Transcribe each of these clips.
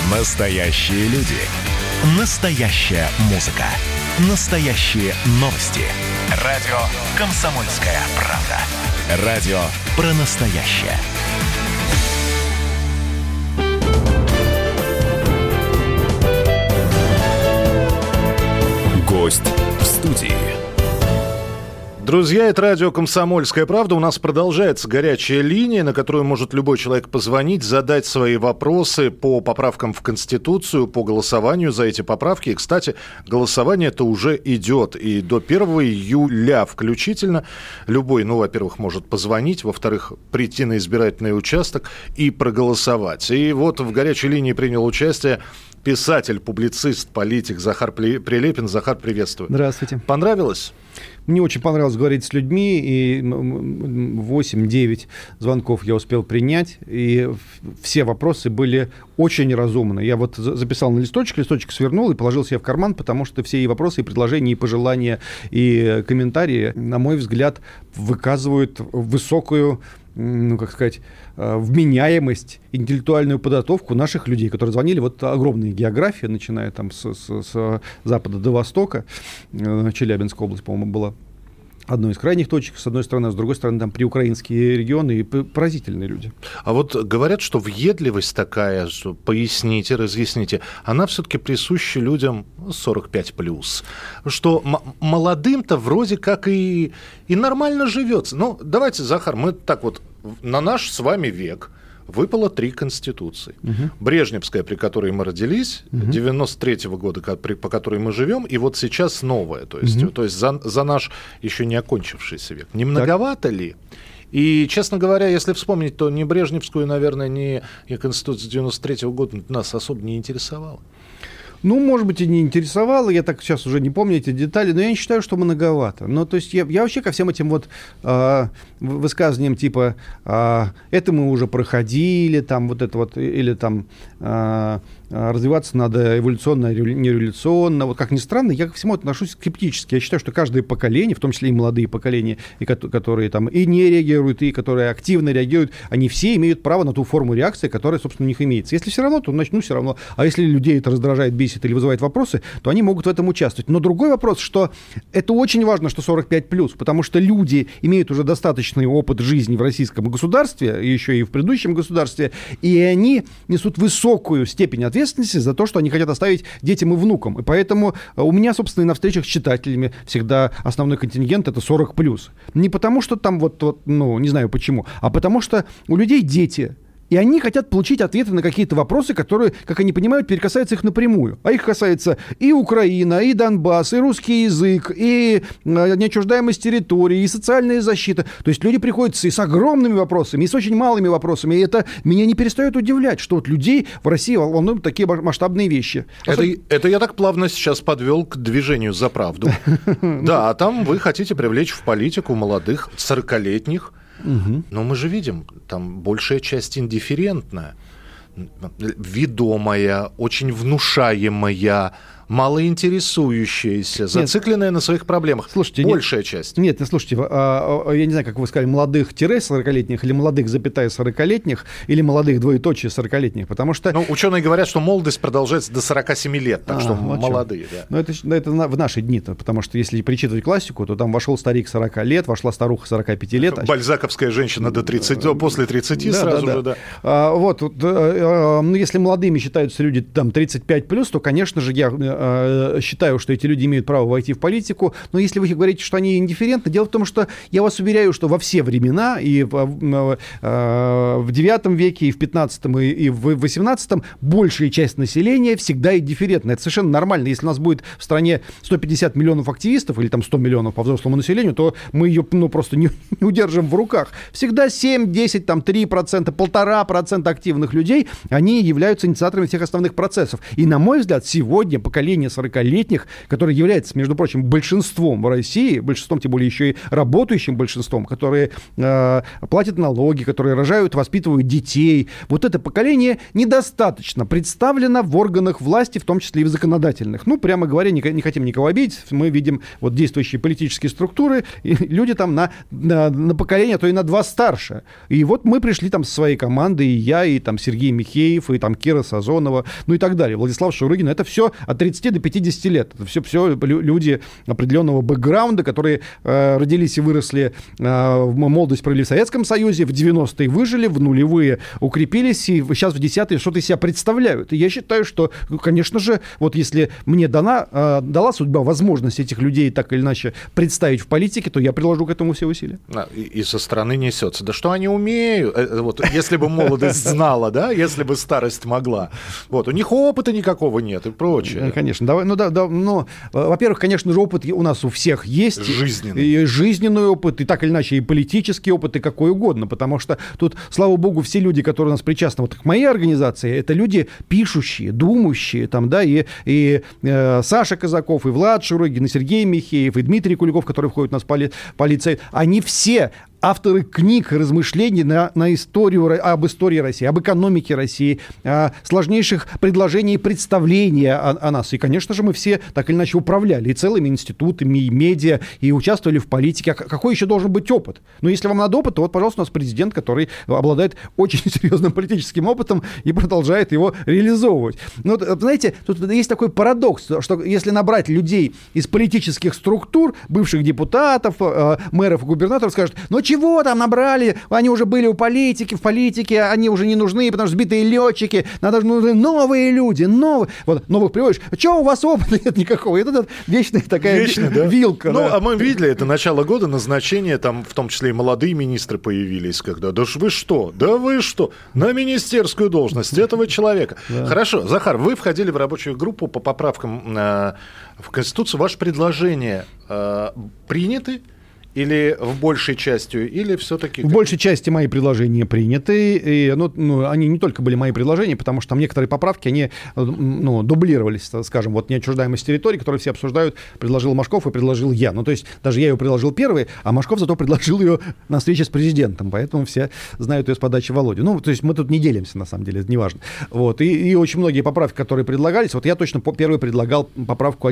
Настоящие люди. Настоящая музыка. Настоящие новости. Радио «Комсомольская правда». Радио про настоящее. Гость в студии. Друзья, это радио «Комсомольская правда». У нас продолжается горячая линия, на которую может любой человек позвонить, задать свои вопросы по поправкам в Конституцию, по голосованию за эти поправки. И, кстати, голосование-то уже идет. И до 1 июля включительно любой, во-первых, может позвонить, во-вторых, прийти на избирательный участок и проголосовать. И вот в горячей линии принял участие писатель, публицист, политик Захар Прилепин. Захар, приветствую. Здравствуйте. Понравилось? Мне очень понравилось говорить с людьми, и 8-9 звонков я успел принять, и все вопросы были очень разумны. Я вот записал на листочек свернул и положил себе в карман, потому что все и вопросы, и предложения, и пожелания, и комментарии, на мой взгляд, выказывают высокую, вменяемость, интеллектуальную подготовку наших людей, которые звонили. Вот огромная география, начиная там с запада до востока. Челябинская область, по-моему, была одной из крайних точек, с одной стороны, а с другой стороны, там приукраинские регионы и поразительные люди. А вот говорят, что въедливость такая, что поясните, разъясните, она все-таки присуща людям 45+. Что молодым-то вроде как и нормально живется. Ну, давайте, Захар, мы так вот, на наш с вами век выпало 3 конституции. Угу. Брежневская, при которой мы родились, 93-го года, по которой мы живем, и вот сейчас новая, то есть за наш еще не окончившийся век. Не многовато ли? И, честно говоря, если вспомнить, то ни Брежневскую, наверное, ни Конституцию 93-го года нас особо не интересовало. Ну, может быть, и не интересовало, я так сейчас уже не помню эти детали, но я не считаю, что многовато. Ну, то есть я вообще ко всем этим вот высказываниям типа «это мы уже проходили», там вот это вот, или там развиваться надо эволюционно, не революционно. Вот как ни странно, я ко всему отношусь скептически. Я считаю, что каждое поколение, в том числе и молодые поколения, и которые там и не реагируют, и которые активно реагируют, они все имеют право на ту форму реакции, которая, собственно, у них имеется. Если все равно, то значит, все равно. А если людей это раздражает, бесит или вызывает вопросы, то они могут в этом участвовать. Но другой вопрос, что это очень важно, что 45+, потому что люди имеют уже достаточный опыт жизни в российском государстве, еще и в предыдущем государстве, и они несут высокую степень ответственности за то, что они хотят оставить детям и внукам. И поэтому у меня, собственно, и на встречах с читателями всегда основной контингент — это 40+. Не потому, что там не знаю почему, а потому что у людей дети. И они хотят получить ответы на какие-то вопросы, которые, как они понимают, касаются их напрямую. А их касается и Украина, и Донбасс, и русский язык, и неотчуждаемость территории, и социальная защита. То есть люди приходят и с огромными вопросами, и с очень малыми вопросами. И это меня не перестает удивлять, что вот людей в России волнуют такие масштабные вещи. Это я так плавно сейчас подвел к движению «За правду». Да, а там вы хотите привлечь в политику молодых, 40-летних. Угу. Но мы же видим, там большая часть индифферентная, ведомая, очень внушаемая, малоинтересующаяся, зацикленная на своих проблемах. Слушайте, большая часть. Нет, слушайте, я не знаю, как вы сказали, молодых-40-летних или молодых-40-летних, или молодых двоеточие 40-летних, потому что... Ну, ученые говорят, что молодость продолжается до 47 лет, так что молодые. Да. Но это в наши дни-то, потому что если перечитывать классику, то там вошел старик 40 лет, вошла старуха 45 лет. Бальзаковская женщина до 30, после 30 сразу же, да. Если молодыми считаются люди там 35+, то, конечно же, я считаю, что эти люди имеют право войти в политику, но если вы говорите, что они индифферентны, дело в том, что я вас уверяю, что во все времена, и в IX веке, и в XV, и в XVIII, большая часть населения всегда индифферентна. Это совершенно нормально. Если у нас будет в стране 150 миллионов активистов, или там 100 миллионов по взрослому населению, то мы ее просто не удержим в руках. Всегда 7, 10, 3%, 1,5% активных людей, они являются инициаторами всех основных процессов. И, на мой взгляд, сегодня поколение 40-летних, которое является, между прочим, большинством в России, большинством, тем более еще и работающим большинством, которые платят налоги, которые рожают, воспитывают детей. Вот это поколение недостаточно представлено в органах власти, в том числе и в законодательных. Ну, прямо говоря, не хотим никого обидеть. Мы видим вот действующие политические структуры, и люди там на поколение, а то и на 2 старше. И вот мы пришли там со своей командой, и я, и там Сергей Михеев, и там Кира Сазонова, ну и так далее, Владислав Шурыгин. Это все от 30 до 50 лет. Это все люди определенного бэкграунда, которые родились и выросли в молодости, провели в Советском Союзе, в 90-е выжили, в нулевые укрепились, и сейчас в 10-е что-то из себя представляют. И я считаю, что, конечно же, вот если мне дала судьба возможность этих людей так или иначе представить в политике, то я приложу к этому все усилия. И со стороны несется. Да что они умеют? Вот, если бы молодость знала, да, если бы старость могла. Вот, у них опыта никакого нет и прочее. Конечно. Во-первых, конечно же, опыт у нас у всех есть. Жизненный. И жизненный опыт, и так или иначе, и политический опыт, и какой угодно. Потому что тут, слава богу, все люди, которые у нас причастны вот к моей организации, это люди пишущие, думающие, там, да, и Саша Казаков, и Влад Шурыгин, и Сергей Михеев, и Дмитрий Куликов, который входит у нас в полицию, они все авторы книг и размышлений об истории России, об экономике России, сложнейших предложений и представлений о нас. И, конечно же, мы все так или иначе управляли и целыми институтами, и медиа, и участвовали в политике. А какой еще должен быть опыт? Ну, если вам надо опыт, то вот, пожалуйста, у нас президент, который обладает очень серьезным политическим опытом и продолжает его реализовывать. Но, знаете, тут есть такой парадокс, что если набрать людей из политических структур, бывших депутатов, мэров и губернаторов, скажут, ну, чего там набрали? Они уже были в политике они уже не нужны, потому что сбитые летчики, нужны новые люди, новых приводишь. Чего у вас опыта нет никакого? Это вечная такая вилка. Ну, а мы видели, это начало года, назначения, там, в том числе и молодые министры появились, когда, да вы что, на министерскую должность этого человека. Да. Хорошо, Захар, вы входили в рабочую группу по поправкам в Конституцию. Ваши предложения приняты? Или в большей части, или все-таки... В большей части мои предложения приняты. И, они не только были мои предложения, потому что там некоторые поправки, они дублировались, скажем. Вот неотчуждаемость территории, которую все обсуждают, предложил Машков и предложил я. Ну, то есть даже я ее предложил первый, а Машков зато предложил ее на встрече с президентом. Поэтому все знают ее с подачи Володи. Ну, то есть мы тут не делимся, на самом деле, это не важно. Вот. И очень многие поправки, которые предлагались, вот я точно первый предлагал поправку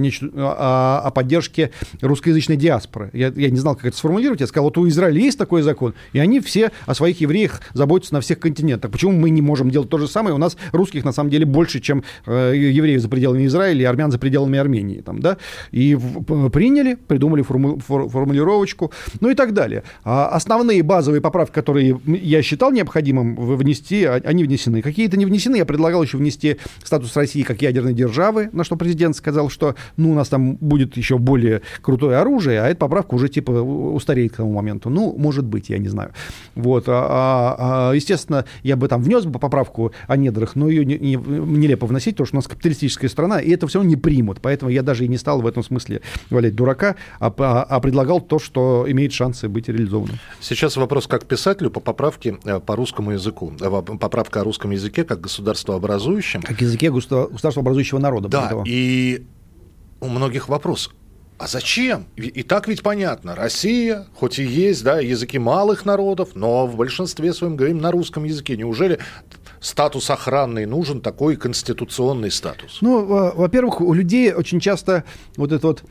о поддержке русскоязычной диаспоры. Я не знал, как это сформулировать, я сказал, вот у Израиля есть такой закон, и они все о своих евреях заботятся на всех континентах. Почему мы не можем делать то же самое? У нас русских, на самом деле, больше, чем евреев за пределами Израиля и армян за пределами Армении. Там, да? И приняли, придумали формулировочку, ну и так далее. А основные базовые поправки, которые я считал необходимым внести, они внесены. Какие-то не внесены. Я предлагал еще внести статус России как ядерной державы, на что президент сказал, что у нас там будет еще более крутое оружие, а эта поправка уже типа устареет к тому моменту. Ну, может быть, я не знаю. Вот. Естественно, я бы там внес бы поправку о недрах, но ее нелепо вносить, потому что у нас капиталистическая страна, и это все не примут. Поэтому я даже и не стал в этом смысле валять дурака, а предлагал то, что имеет шансы быть реализованным. Сейчас вопрос как писателю по поправке по русскому языку. Поправка о русском языке как государствообразующем. Как языке государствообразующего народа. Да, и у многих вопрос. А зачем? И так ведь понятно. Россия, хоть и есть, да, языки малых народов, но в большинстве своем говорим на русском языке. Неужели статус охранный нужен, такой конституционный статус? Ну, во-первых, у людей очень часто вот это вот...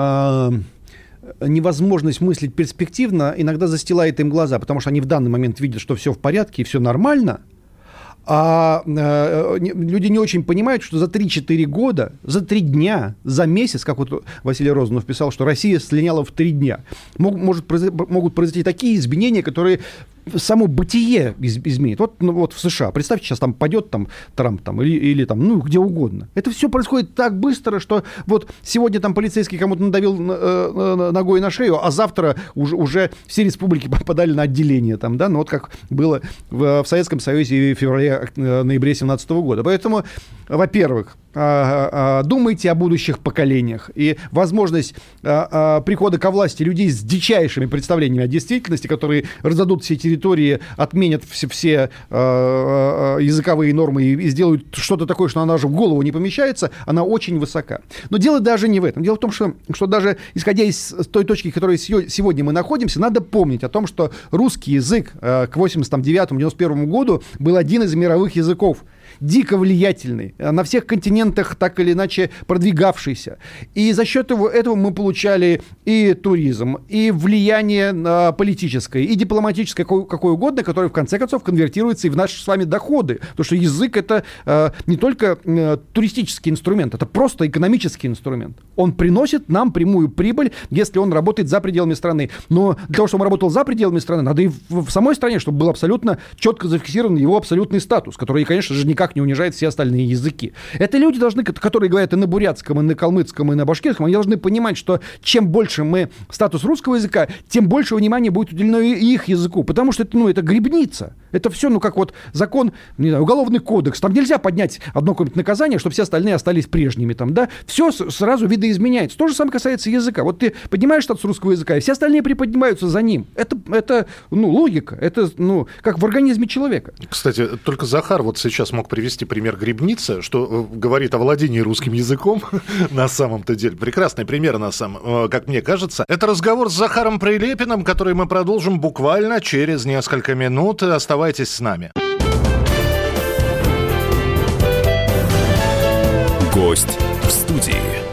невозможность мыслить перспективно иногда застилает им глаза, потому что они в данный момент видят, что все в порядке и все нормально. А люди не очень понимают, что за 3-4 года, за 3 дня, за месяц, как вот Василий Розанов писал, что Россия слиняла в 3 дня, могут произойти такие изменения, которые само бытие изменит. Вот в США, представьте, сейчас там падет там, Трамп там, или там, ну, где угодно. Это все происходит так быстро, что вот сегодня там полицейский кому-то надавил ногой на шею, а завтра уже все республики попадали на отделение. Там, да? Ну, вот как было в Советском Союзе в феврале-ноябре 2017 года. Поэтому, во-первых, думайте о будущих поколениях. И возможность прихода ко власти людей с дичайшими представлениями о действительности, которые раздадут все территории, отменят все языковые нормы и сделают что-то такое, что она даже в голову не помещается, она очень высока. Но дело даже не в этом. Дело в том, что даже исходя из той точки, в которой сегодня мы находимся, надо помнить о том, что русский язык к 89-91 году был один из мировых языков. Дико влиятельный, на всех континентах так или иначе продвигавшийся. И за счет этого мы получали и туризм, и влияние политическое, и дипломатическое, какой угодно, который в конце концов конвертируется и в наши с вами доходы. Потому что язык — это не только туристический инструмент, это просто экономический инструмент. Он приносит нам прямую прибыль, если он работает за пределами страны. Но для того, чтобы он работал за пределами страны, надо и в самой стране, чтобы был абсолютно четко зафиксирован его абсолютный статус, который, конечно же, никак не унижает все остальные языки. Это люди должны, которые говорят и на бурятском, и на калмыцком, и на башкирском, они должны понимать, что чем больше мы статус русского языка, тем больше внимания будет уделено и их языку, потому что это грибница. Это все, как вот закон, не знаю, уголовный кодекс. Там нельзя поднять одно какое-нибудь наказание, чтобы все остальные остались прежними. Там, да? Все сразу видоизменяется. То же самое касается языка. Вот ты поднимаешь статус русского языка, и все остальные приподнимаются за ним. Это логика. Это, как в организме человека. Кстати, только Захар вот сейчас мог привести пример грибницы, что говорит о владении русским языком на самом-то деле. Прекрасный пример, как мне кажется. Это разговор с Захаром Прилепиным, который мы продолжим буквально через несколько минут. Оставайтесь с нами. Гость в студии.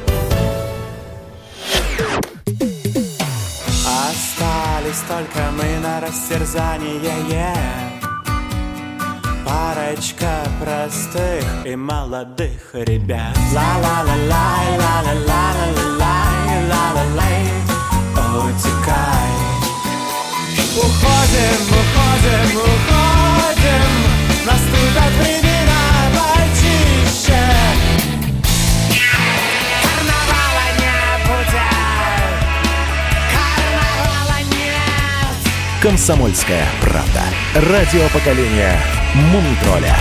Остались только мы на растерзание. Парочка простых и молодых ребят. Ла-ла-ла-лай, ла-ла-ла-ла-ла-лай, ла-ла-лай, утекай. Уходим, уходим, уходим. Наступят времена почище. Карнавала не будет. Карнавала нет. «Комсомольская правда». Радио поколения Мумий-тролля.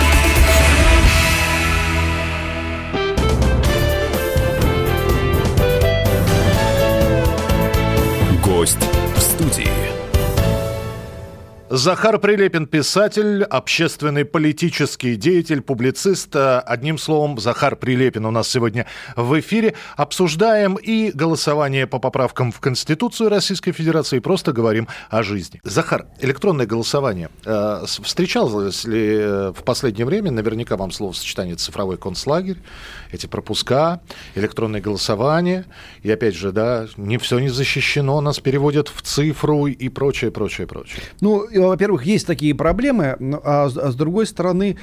Гость в студии. Захар Прилепин, писатель, общественный политический деятель, публицист. Одним словом, Захар Прилепин у нас сегодня в эфире. Обсуждаем и голосование по поправкам в Конституцию Российской Федерации, и просто говорим о жизни. Захар, электронное голосование. Встречалось ли в последнее время, наверняка вам словосочетание «цифровой концлагерь», эти пропуска, электронное голосование, и опять же, да, не все не защищено, нас переводят в цифру и прочее, прочее, прочее. Во-первых, есть такие проблемы, а с другой стороны,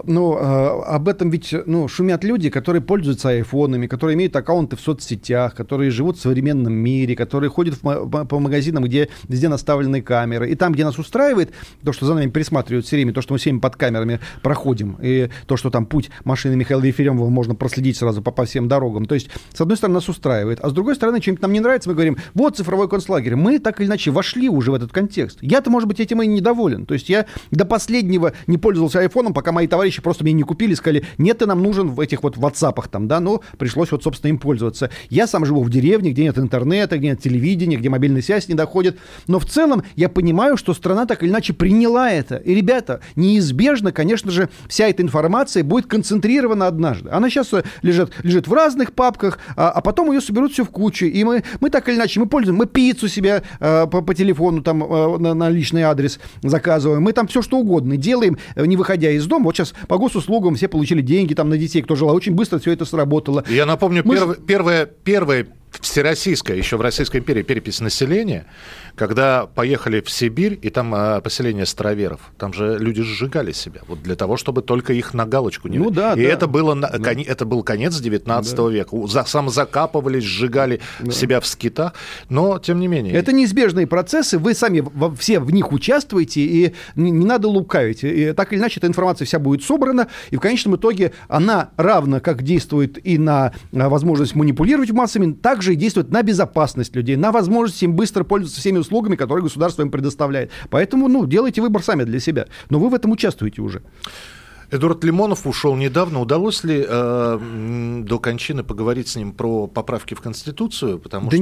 об этом ведь шумят люди, которые пользуются айфонами, которые имеют аккаунты в соцсетях, которые живут в современном мире, которые ходят по магазинам, где везде наставлены камеры. И там, где нас устраивает, то, что за нами присматривают все время, то, что мы все время под камерами проходим, и то, что там путь машины Михаила Ефремова можно проследить сразу по всем дорогам. То есть, с одной стороны, нас устраивает, а с другой стороны, чем-то нам не нравится, мы говорим, вот цифровой концлагерь. Мы так или иначе вошли уже в этот контекст. Я-то, может быть, этим и недоволен. То есть я до последнего не пользовался айфоном, пока мои товарищи просто мне не купили, сказали, нет, ты нам нужен в этих вот ватсапах там, да, пришлось собственно, им пользоваться. Я сам живу в деревне, где нет интернета, где нет телевидения, где мобильная связь не доходит, но в целом я понимаю, что страна так или иначе приняла это. И, ребята, неизбежно, конечно же, вся эта информация будет концентрирована однажды. Она сейчас лежит в разных папках, а потом ее соберут все в кучу, и мы так или иначе, мы пользуем, мы пиццу себе по телефону там на личный адрес заказываем, мы там все что угодно делаем, не выходя из дома. Вот сейчас по госуслугам все получили деньги там на детей, кто желал. Очень быстро все это сработало. Я напомню, первая всероссийская, еще в Российской империи, перепись населения, когда поехали в Сибирь, и там поселение староверов, там же люди сжигали себя, вот для того, чтобы только их на галочку не... Это был конец 19 века. Самозакапывались, сжигали себя в скитах, но тем не менее... Это неизбежные процессы, вы сами все в них участвуете, и не надо лукавить. И так или иначе, эта информация вся будет собрана, и в конечном итоге она равно как действует и на возможность манипулировать массами, также и действует на безопасность людей, на возможность им быстро пользоваться всеми услугами, которые государство им предоставляет. Поэтому, делайте выбор сами для себя. Но вы в этом участвуете уже. Эдуард Лимонов ушел недавно. Удалось ли до кончины поговорить с ним про поправки в Конституцию?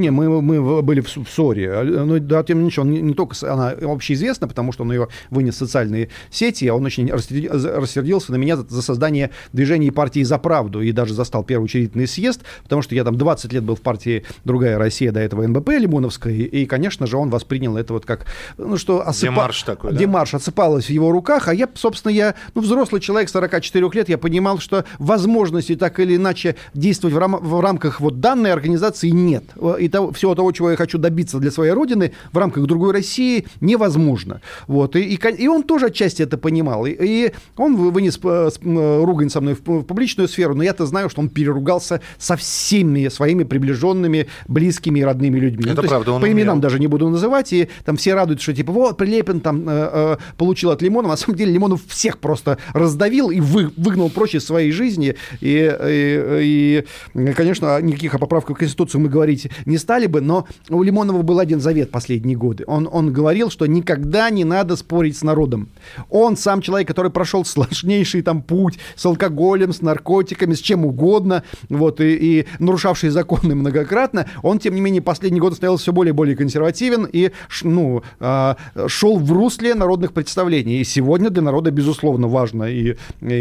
Мы были в ссоре. Но, тем не менее, он не только... Она общеизвестна, потому что он ее вынес в социальные сети, а он очень рассердился на меня за создание движения партии «За правду» и даже застал первый учредительный съезд, потому что я там 20 лет был в партии «Другая Россия», до этого НБП Лимоновской, и, конечно же, он воспринял это вот как... Демарш такой, да? Демарш отсыпалось в его руках, а я, собственно, взрослый человек, человек 44 лет, я понимал, что возможности так или иначе действовать в рамках вот данной организации нет. И всего того, чего я хочу добиться для своей родины, в рамках другой России невозможно. Вот. И он тоже отчасти это понимал. И он вынес ругань со мной в публичную сферу, но я-то знаю, что он переругался со всеми своими приближенными, близкими и родными людьми. Это правда, он по именам умел. даже не буду называть, и там все радуются, что типа вот Прилепин там получил от Лимонова. На самом деле Лимонов всех просто раздавил и выгнал прочь из своей жизни. И, конечно, никаких о поправках в Конституцию мы говорить не стали бы, но у Лимонова был один завет последние годы. Он говорил, что никогда не надо спорить с народом. Он сам человек, который прошел сложнейший там путь с алкоголем, с наркотиками, с чем угодно, вот, и нарушавший законы многократно, он, тем не менее, последние годы становился все более и более консервативен и шел в русле народных представлений. И сегодня для народа, безусловно, важно и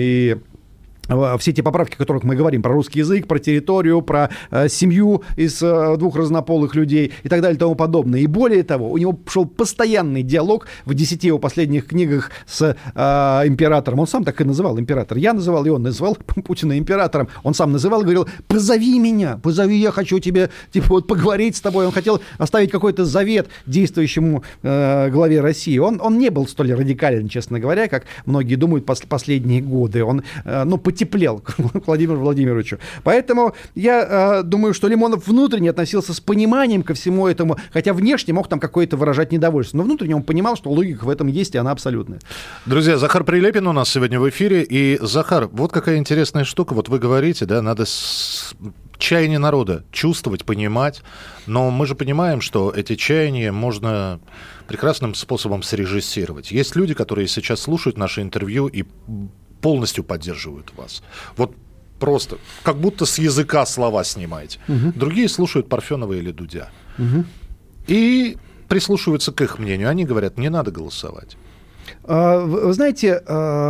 все эти поправки, о которых мы говорим, про русский язык, про территорию, про семью из двух разнополых людей и так далее и тому подобное. И более того, у него шел постоянный диалог в 10 его последних книгах с императором. Он сам так и называл император. Я называл, и он называл Путина императором. Он сам называл и говорил: позови меня, позови, я хочу тебе поговорить с тобой. Он хотел оставить какой-то завет действующему главе России. Он не был столь радикален, честно говоря, как многие думают последние годы. Он, потеплел к Владимиру Владимировичу. Поэтому я думаю, что Лимонов внутренне относился с пониманием ко всему этому, хотя внешне мог там какое-то выражать недовольство. Но внутренне он понимал, что логика в этом есть, и она абсолютная. Друзья, Захар Прилепин у нас сегодня в эфире. И, Захар, вот какая интересная штука. Вот вы говорите, да, надо чаяние народа чувствовать, понимать. Но мы же понимаем, что эти чаяния можно прекрасным способом срежиссировать. Есть люди, которые сейчас слушают наше интервью и полностью поддерживают вас. Вот просто, как будто с языка слова снимаете. Угу. Другие слушают Парфенова или Дудя. Угу. И прислушиваются к их мнению. Они говорят, не надо голосовать. Вы знаете,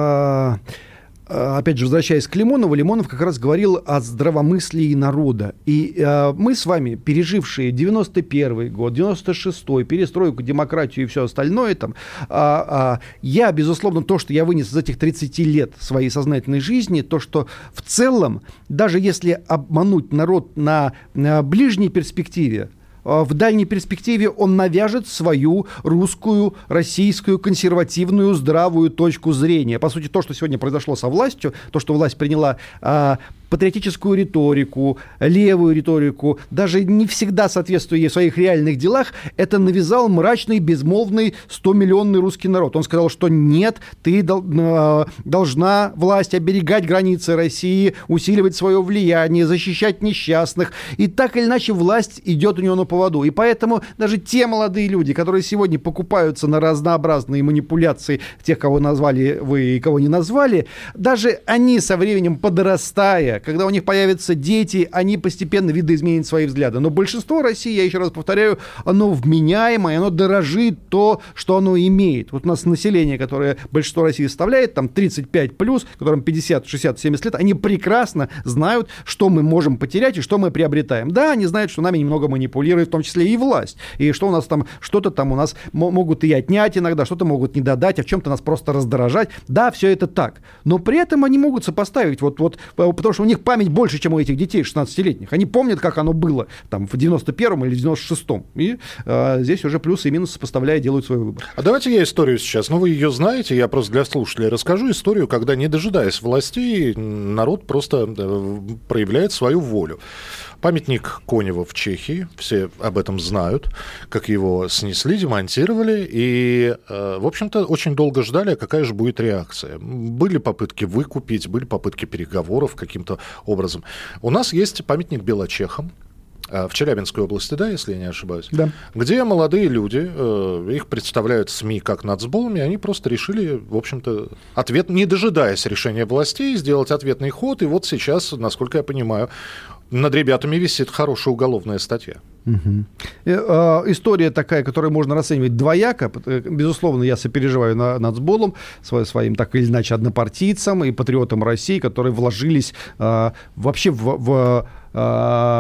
опять же, возвращаясь к Лимонову, Лимонов как раз говорил о здравомыслии народа. И мы с вами, пережившие 91-й год, 96-й, перестройку, демократию и все остальное, там, я, безусловно, то, что я вынес из этих 30 лет своей сознательной жизни, то, что в целом, даже если обмануть народ на ближней перспективе, в дальней перспективе он навяжет свою русскую, российскую, консервативную, здравую точку зрения. По сути, то, что сегодня произошло со властью, то, что власть приняла патриотическую риторику, левую риторику, даже не всегда соответствуя ей в своих реальных делах, это навязал мрачный, безмолвный 100-миллионный русский народ. Он сказал, что нет, ты должна, власть, оберегать границы России, усиливать свое влияние, защищать несчастных. И так или иначе власть идет у него на поводу. И поэтому даже те молодые люди, которые сегодня покупаются на разнообразные манипуляции тех, кого назвали вы и кого не назвали, даже они со временем, подрастая, когда у них появятся дети, они постепенно видоизменят свои взгляды. Но большинство России, я еще раз повторяю, оно вменяемое, оно дорожит то, что оно имеет. Вот у нас население, которое большинство России составляет, там 35+, которым 50, 60, 70 лет, они прекрасно знают, что мы можем потерять и что мы приобретаем. Да, они знают, что нами немного манипулирует, в том числе и власть. И что у нас там, что-то там у нас могут и отнять иногда, что-то могут не додать, а в чем-то нас просто раздражать. Да, все это так. Но при этом они могут сопоставить, потому что у них память больше, чем у этих детей 16-летних. Они помнят, как оно было там, в 91-м или в 96-м. И здесь уже плюсы и минусы сопоставляя делают свой выбор. А давайте я историю сейчас. Вы ее знаете, я просто для слушателей расскажу историю, когда, не дожидаясь властей, народ просто проявляет свою волю. Памятник Конева в Чехии, все об этом знают, как его снесли, демонтировали, и, в общем-то, очень долго ждали, какая же будет реакция. Были попытки выкупить, были попытки переговоров каким-то образом. У нас есть памятник белочехам в Челябинской области, да, если я не ошибаюсь, да. Где молодые люди, их представляют СМИ как нацболами, они просто решили, в общем-то, не дожидаясь решения властей, сделать ответный ход, и вот сейчас, насколько я понимаю, над ребятами висит хорошая уголовная статья. Угу. История такая, которую можно расценивать двояко. Безусловно, я сопереживаю нацболам, своим так или иначе однопартийцам и патриотам России, которые вложились вообще в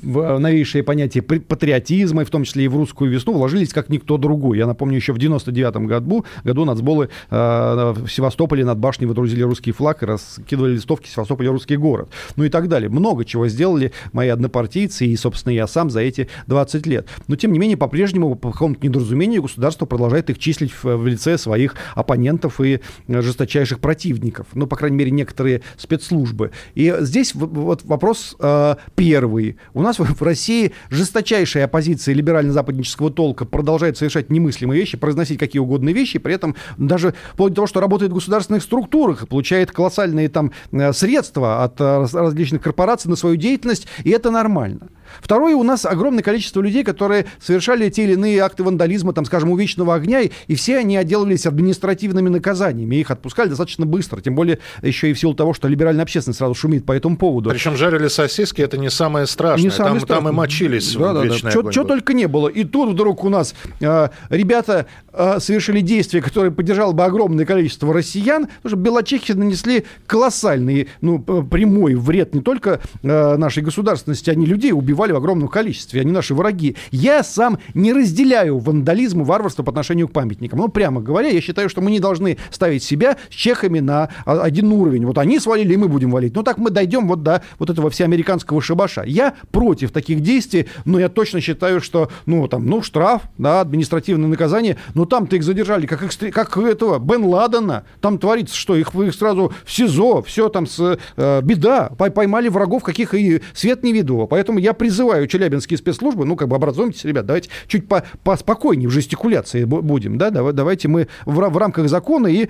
в новейшие понятия патриотизма, и в том числе и в русскую весну, вложились как никто другой. Я напомню, еще в 99 году нацболы в Севастополе над башней водрузили русский флаг и раскидывали листовки «Севастополь — русский город». Ну и так далее. Много чего сделали мои однопартийцы и, собственно, я сам за эти 20 лет. Но, тем не менее, по-прежнему, по какому-то недоразумению, государство продолжает их числить в лице своих оппонентов и жесточайших противников. Ну, по крайней мере, некоторые спецслужбы. И здесь вот вопрос первый. У нас в России жесточайшая оппозиция либерально-западнического толка продолжает совершать немыслимые вещи, произносить какие угодно вещи, при этом даже вплоть до того, что работает в государственных структурах, получает колоссальные там средства от различных корпораций на свою деятельность, и это нормально. Второе, у нас огромное количество людей, которые совершали те или иные акты вандализма, там, скажем, у Вечного огня, и все они отделывались административными наказаниями. Их отпускали достаточно быстро, тем более еще и в силу того, что либеральная общественность сразу шумит по этому поводу. Причем жарили сосиски, это не самое страшное. Там и мочились в Вечный огонь. Чего только не было. И тут вдруг у нас ребята совершили действия, которые поддержало бы огромное количество россиян, потому что белочехи нанесли колоссальный, прямой вред не только нашей государственности, они людей убивали в огромном количестве, они наши враги. Я сам не разделяю вандализм и варварство по отношению к памятникам. Но, прямо говоря, я считаю, что мы не должны ставить себя с чехами на один уровень. Вот они свалили, и мы будем валить. Ну, так мы дойдем вот до вот этого всеамериканского шабаша. Я против таких действий, но я точно считаю, что, штраф, административное наказание, но там-то их задержали, как этого Бен Ладена. Там творится что? Их сразу в СИЗО, все там беда. Поймали врагов, каких и свет не видывал. Поэтому я призываю челябинские спецслужбы, образуемся, ребят, давайте чуть поспокойнее в жестикуляции будем, да, давайте мы в рамках закона и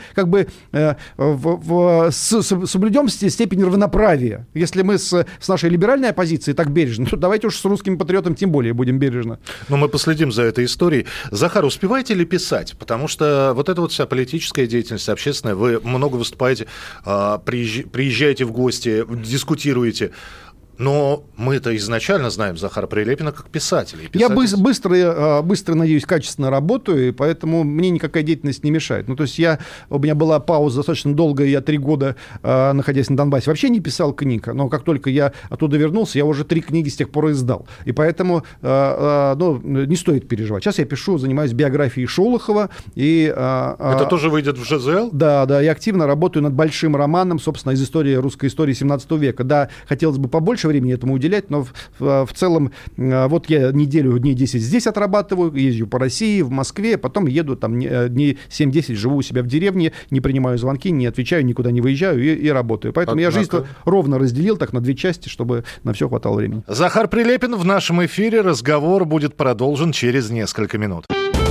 соблюдем степень равноправия. Если мы с нашей либеральной оппозицией так бережно, то давайте уж с русским патриотом тем более будем бережно. Но мы последим за этой историей. Захар, успеваете ли писать? Потому что вот эта вот вся политическая деятельность, общественная, вы много выступаете, приезжаете в гости, дискутируете. Но мы-то изначально знаем Захара Прилепина как писателя. Я быстро, надеюсь, качественно работаю, и поэтому мне никакая деятельность не мешает. У меня была пауза достаточно долгая, я 3 года, находясь на Донбассе, вообще не писал книг. Но как только я оттуда вернулся, я уже 3 книги с тех пор издал. И поэтому не стоит переживать. Сейчас я занимаюсь биографией Шолохова. Это тоже выйдет в ЖЗЛ? Да, я активно работаю над большим романом, собственно, из русской истории 17 века. Да, хотелось бы побольше времени этому уделять, но в целом вот я неделю, дней 10 здесь отрабатываю, езжу по России, в Москве, потом еду там дней 7-10, живу у себя в деревне, не принимаю звонки, не отвечаю, никуда не выезжаю и работаю. Поэтому я жизнь ровно разделил так на 2 части, чтобы на все хватало времени. Захар Прилепин в нашем эфире. Разговор будет продолжен через несколько минут.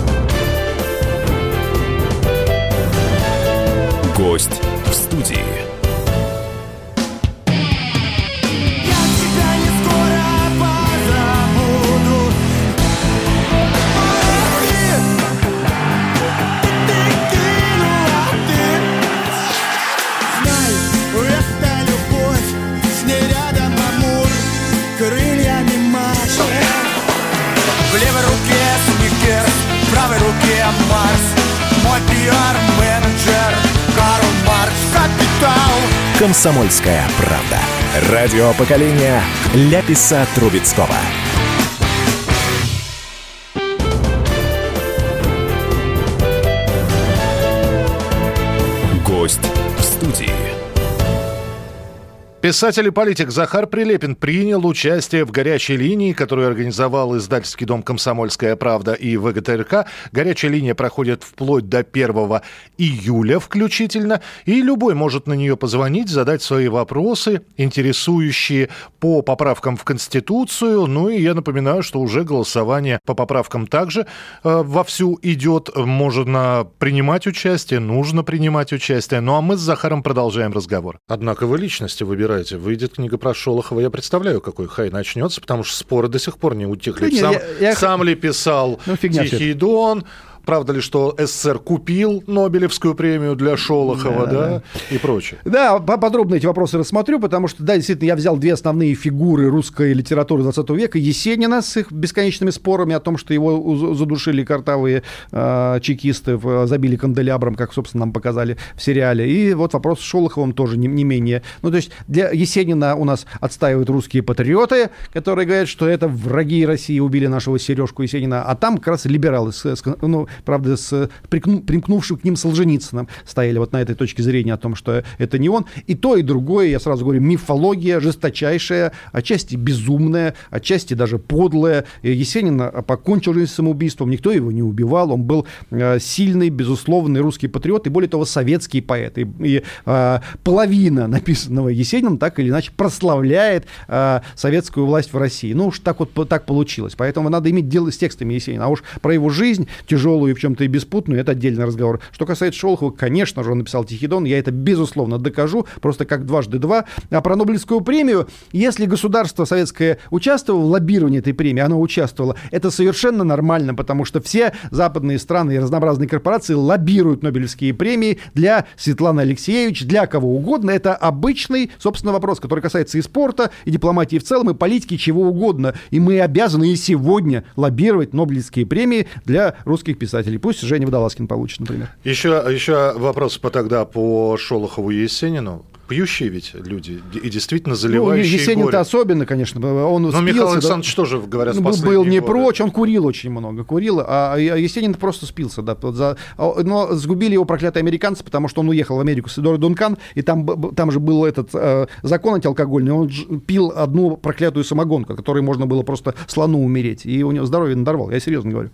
Гость в студии. В левой руке Сникерс, в правой руке Марс. Мой пиар-менеджер Карл Маркс. Капитал. «Комсомольская правда». Радио поколения Ляписа Трубецкого. Гость в студии. Писатель и политик Захар Прилепин принял участие в горячей линии, которую организовал издательский дом «Комсомольская правда» и ВГТРК. Горячая линия проходит вплоть до 1 июля включительно, и любой может на нее позвонить, задать свои вопросы, интересующие по поправкам в Конституцию. Ну и я напоминаю, что уже голосование по поправкам также вовсю идет. Можно принимать участие, нужно принимать участие. Ну а мы с Захаром продолжаем разговор. Однако вы личности выбираете. Выйдет книга про Шолохова. Я представляю, какой хай начнется, потому что споры до сих пор не утихли. Сам ли писал «Тихий Дон», правда ли, что СССР купил Нобелевскую премию для Шолохова, и прочее. Да, подробно эти вопросы рассмотрю, потому что, да, действительно, я взял две основные фигуры русской литературы 20 века. Есенина с их бесконечными спорами о том, что его задушили картавые чекисты, забили канделябром, как, собственно, нам показали в сериале. И вот вопрос с Шолоховым тоже не менее. Ну, то есть для Есенина у нас отстаивают русские патриоты, которые говорят, что это враги России убили нашего Сережку Есенина, а там как раз либералы, правда, с примкнувшим к ним Солженицыным стояли вот на этой точке зрения о том, что это не он. И то, и другое, я сразу говорю, мифология жесточайшая, отчасти безумная, отчасти даже подлая. Есенин покончил жизнь самоубийством, никто его не убивал, он был сильный, безусловный русский патриот, и более того, советский поэт. И половина написанного Есениным так или иначе прославляет советскую власть в России. Ну уж так получилось. Поэтому надо иметь дело с текстами Есенина. А уж про его жизнь, тяжелую и в чем-то и беспутную, это отдельный разговор. Что касается Шолохова, конечно же, он написал «Тихий Дон», я это, безусловно, докажу, просто как дважды два. А про Нобелевскую премию, если государство советское участвовало в лоббировании этой премии, оно участвовало, это совершенно нормально, потому что все западные страны и разнообразные корпорации лоббируют Нобелевские премии для Светланы Алексеевич, для кого угодно. Это обычный, собственно, вопрос, который касается и спорта, и дипломатии в целом, и политики, чего угодно. И мы обязаны и сегодня лоббировать Нобелевские премии для русских писателей. Пусть Женя Водолазкин получит, например. Еще вопрос тогда по Шолохову и Есенину. Пьющие ведь люди и действительно заливающие горе. Есенин-то особенно, конечно. Он но Михаил Александрович тоже, говорят, в последние был не годы. прочь, он курил очень много. А Есенин просто спился. Да, но сгубили его проклятые американцы, потому что он уехал в Америку с Эдуардо Дункан, и там же был этот закон антиалкогольный. Он пил одну проклятую самогонку, от которой можно было просто слону умереть. И у него здоровье надорвало. Я серьезно говорю.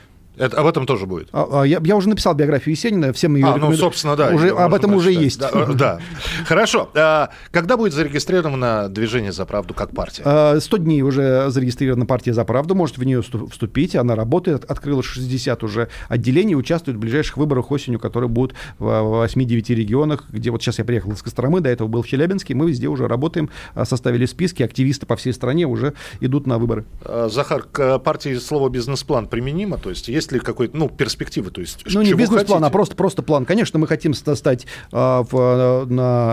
Об этом тоже будет. Я уже написал биографию Есенина, всем ее рекомендую. Собственно, да. Об этом уже есть. Да. Хорошо. Когда будет зарегистрировано «Движение за правду» как партия? 100 дней уже зарегистрирована партия «За правду», можете в нее вступить. Она работает, открыла 60 уже отделений, участвует в ближайших выборах осенью, которые будут в 8-9 регионах, где вот сейчас я приехал из Костромы, до этого был в Челябинске, мы везде уже работаем, составили списки, активисты по всей стране уже идут на выборы. Захар, к партии слово «бизнес-план» применимо? То есть ли какой-то, перспективы? То есть, не бизнес-план, а просто план. Конечно, мы хотим стать на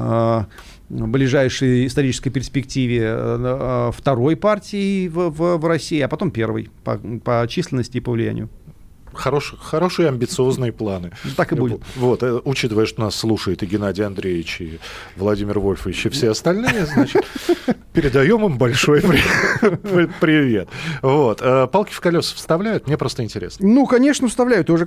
ближайшей исторической перспективе второй партией в России, а потом первой по численности и по влиянию. Хорошие амбициозные планы. Так и будет. Вот, учитывая, что нас слушает и Геннадий Андреевич, и Владимир Вольфович, и все остальные, значит, передаем им большой привет. Вот. Палки в колеса вставляют? Мне просто интересно. Конечно, вставляют. Уже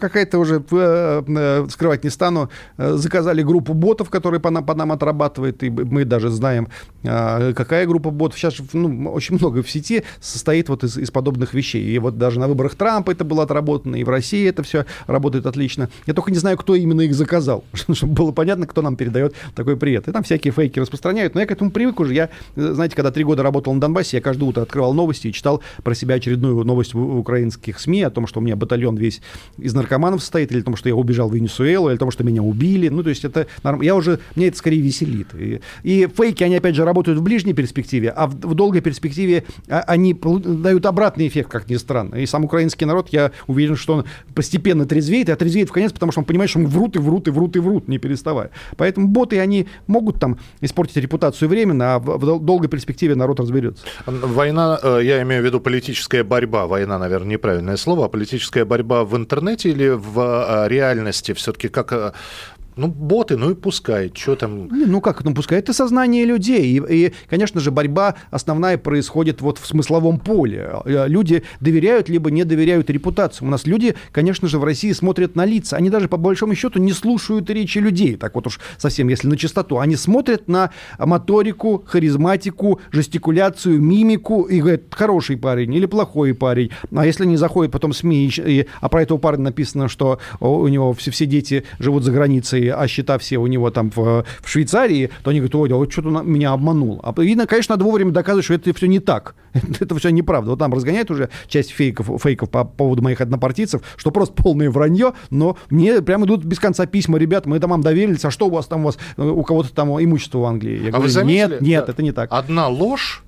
скрывать не стану. Заказали группу ботов, которая по нам отрабатывает, и мы даже знаем, какая группа ботов. Сейчас очень много в сети состоит вот из подобных вещей. И вот даже на выборах Трампа это было отработано, и в России это все работает отлично. Я только не знаю, кто именно их заказал, чтобы было понятно, кто нам передает такой привет. И там всякие фейки распространяют. Но я к этому привык уже. Я, знаете, когда 3 года работал на Донбассе, я каждое утро открывал новости и читал про себя очередную новость в украинских СМИ о том, что у меня батальон весь из наркоманов состоит, или о том, что я убежал в Венесуэлу, или о том, что меня убили. То есть это меня это скорее веселит. И фейки, они опять же работают в ближней перспективе, а в долгой перспективе они дают обратный эффект, как ни странно. И сам украинский народ, я уверен, что он постепенно трезвеет, и отрезвеет в конец, потому что он понимает, что врут, не переставая. Поэтому боты, они могут там испортить репутацию временно, а в долгой перспективе народ разберется. Война, я имею в виду политическая борьба, война, наверное, неправильное слово, а политическая борьба в интернете или в реальности все-таки как... боты, и пускай, что там... Пускай, это сознание людей. И, конечно же, борьба основная происходит вот в смысловом поле. Люди доверяют, либо не доверяют репутации. У нас люди, конечно же, в России смотрят на лица. Они даже, по большому счету, не слушают речи людей. Так вот уж совсем, если на чистоту. Они смотрят на моторику, харизматику, жестикуляцию, мимику и говорят, хороший парень или плохой парень. А если они заходят потом в СМИ, а про этого парня написано, что у него все дети живут за границей, а счета все у него там в Швейцарии, то они говорят, что-то меня обманул. И, конечно, надо вовремя доказывать, что это все не так. Это все неправда. Вот там разгоняют уже часть фейков по поводу моих однопартийцев, что просто полное вранье, но мне прямо идут без конца письма, ребят, мы там вам доверились, а что у кого-то там имущество в Англии? Я говорю, вы заметили? Нет, это не так. Одна ложь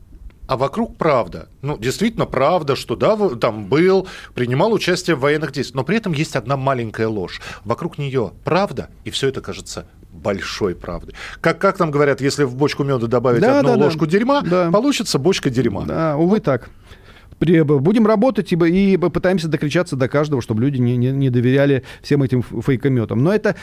а вокруг правда. Ну, действительно, правда, что да, там был, принимал участие в военных действиях. Но при этом есть одна маленькая ложь. Вокруг нее правда, и все это кажется большой правдой. Как там говорят, если в бочку меда добавить одну ложку дерьма, получится бочка дерьма. Да, увы, так. Будем работать и пытаемся докричаться до каждого, чтобы люди не доверяли всем этим фейкометам. Но это,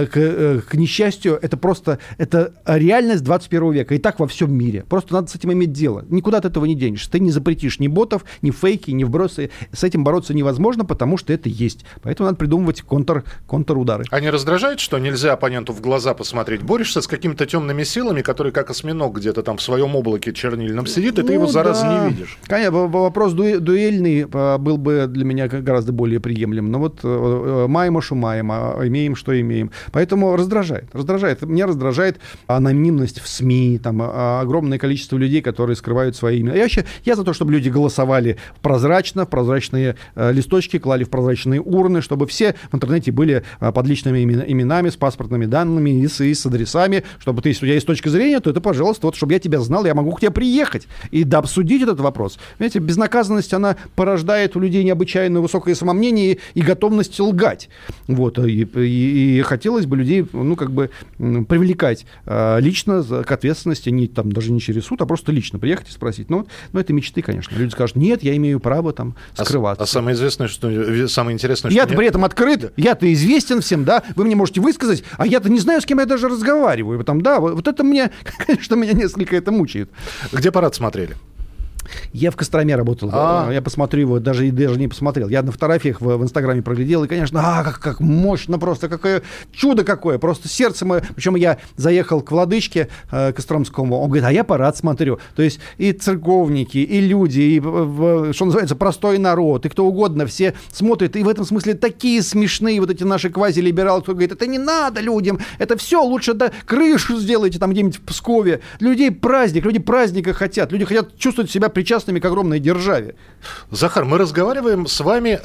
к несчастью, это реальность 21 века. И так во всем мире. Просто надо с этим иметь дело. Никуда от этого не денешься. Ты не запретишь ни ботов, ни фейки, ни вбросы. С этим бороться невозможно, потому что это есть. Поэтому надо придумывать контрудары. А не раздражает, что нельзя оппоненту в глаза посмотреть? Борешься с какими-то темными силами, которые как осьминог где-то там в своем облаке чернильном сидит, и ты его зараза не видишь. Конечно, вопрос дуэльный был бы для меня гораздо более приемлем. Но вот маем, что маем, а имеем, что имеем. Поэтому раздражает. Меня раздражает анонимность в СМИ, там, огромное количество людей, которые скрывают свои имена. Я за то, чтобы люди голосовали прозрачно, в прозрачные листочки, клали в прозрачные урны, чтобы все в интернете были под личными именами, с паспортными данными и с адресами, чтобы если у тебя есть точка зрения, то это, пожалуйста, вот, чтобы я тебя знал, я могу к тебе приехать и обсудить этот вопрос. Понимаете, безнаказанность, она порождает у людей необычайно высокое самомнение и готовность лгать. Вот. И хотелось бы людей, привлекать лично к ответственности, даже не через суд, а просто лично приехать и спросить. Но это мечты, конечно. Люди скажут, нет, я имею право там скрываться. А самое интересное, что... Я-то при этом открыт, я-то известен всем, да, вы мне можете высказать, а я-то не знаю, с кем я даже разговариваю. Вот это меня, конечно, меня несколько это мучает. Где парад смотрели? Я в Костроме работал. Я посмотрю его, даже не посмотрел. Я на фотографиях в Инстаграме проглядел, и, конечно, как мощно просто, какое чудо какое. Просто сердце мое... Причем я заехал к владычке Костромскому, он говорит, а я парад смотрю. То есть и церковники, и люди, и, что называется, простой народ, и кто угодно, все смотрят. И в этом смысле такие смешные вот эти наши квазилибералы, кто говорит, это не надо людям, это все, лучше крышу сделайте там где-нибудь в Пскове. Люди праздника хотят, люди хотят чувствовать себя причастными к огромной державе. Захар, мы разговариваем с вами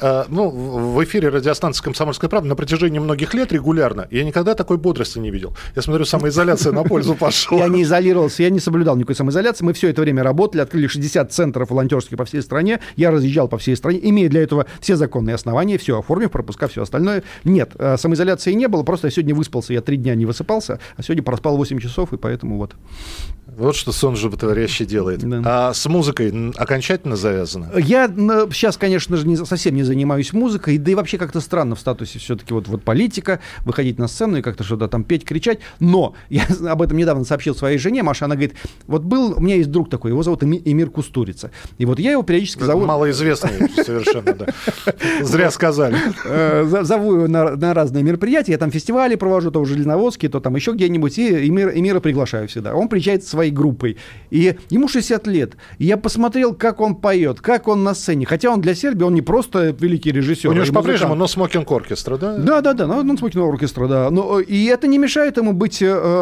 в эфире радиостанции «Комсомольская правда» на протяжении многих лет регулярно. Я никогда такой бодрости не видел. Я смотрю, самоизоляция на пользу пошла. Я не изолировался, я не соблюдал никакой самоизоляции. Мы все это время работали, открыли 60 центров волонтерских по всей стране. Я разъезжал по всей стране, имея для этого все законные основания, все оформив, пропуска, все остальное. Нет, самоизоляции не было, просто я сегодня выспался, я 3 дня не высыпался, а сегодня проспал 8 часов, и поэтому вот. Вот что сон животворящий делает. Да. А с музыкой окончательно завязано? Я сейчас, конечно же, совсем не занимаюсь музыкой, да и вообще как-то странно в статусе все-таки вот политика, выходить на сцену и как-то что-то там петь, кричать. Но я об этом недавно сообщил своей жене, Маше, она говорит, у меня есть друг такой, его зовут Эмир Кустурица. И вот я его периодически зову... Малоизвестный совершенно, да. Зря сказали. Зову его на разные мероприятия, я там фестивали провожу, то в Железноводске, то там еще где-нибудь, и Эмира приглашаю всегда. Он приезжает со своей группой, и ему 60 лет. И я посмотрел, как он поет, как он на сцене. Хотя он для Сербии, он не просто великий режиссер. У него же по-прежнему «Но-смокинг оркестра», да? Да, «Но-смокинг оркестра», да. И это не мешает ему быть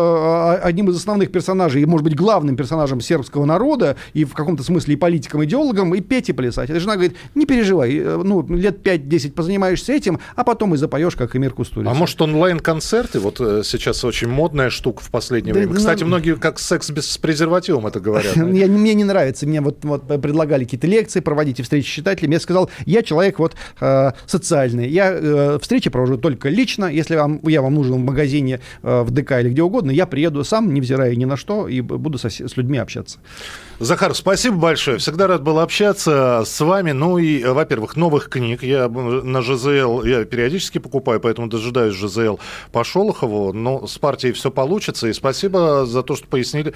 одним из основных персонажей, и, может быть, главным персонажем сербского народа, и в каком-то смысле и политиком, идеологом, и петь, и плясать. Эта жена говорит, не переживай, лет 5-10 позанимаешься этим, а потом и запоешь, как Эмир Кустурица. А может, онлайн-концерты? Вот сейчас очень модная штука в последнее время. Кстати, многие как секс с презервативом это говорят. Мне не нравится. Мне вот предлагали какие-то лекции проводить и встречи с читателями. Я сказал, я человек социальный. Я встречи провожу только лично. Если я вам нужен в магазине, в ДК или где угодно, я приеду сам, невзирая ни на что, и буду с людьми общаться. Захар, спасибо большое. Всегда рад был общаться с вами. Ну и, во-первых, новых книг. Я на ЖЗЛ периодически покупаю, поэтому дожидаюсь ЖЗЛ по Шолохову. Но с партией все получится. И спасибо за то, что пояснили,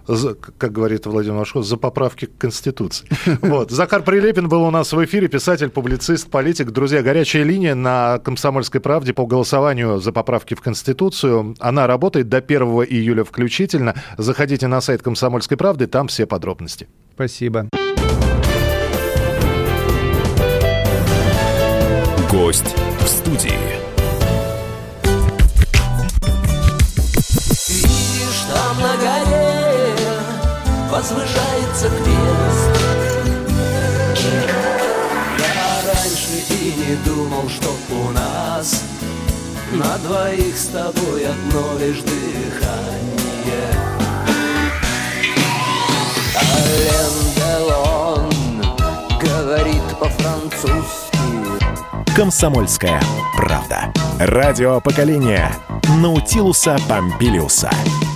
как говорит Владимир Машков, за поправки к Конституции. Вот. Захар Прилепин был у нас в эфире, писатель, публицист, политик. Друзья, горячая линия на «Комсомольской правде» по голосованию за поправки в Конституцию. Она работает до 1 июля включительно. Заходите на сайт «Комсомольской правды», там все подробности. Спасибо. Гость в студии. Видишь, там на горе возвышается крест. Я раньше и не думал, что у нас на двоих с тобой одно лишь дыхание. А лента французский. «Комсомольская правда». Радио поколения Наутилуса Помпилиуса.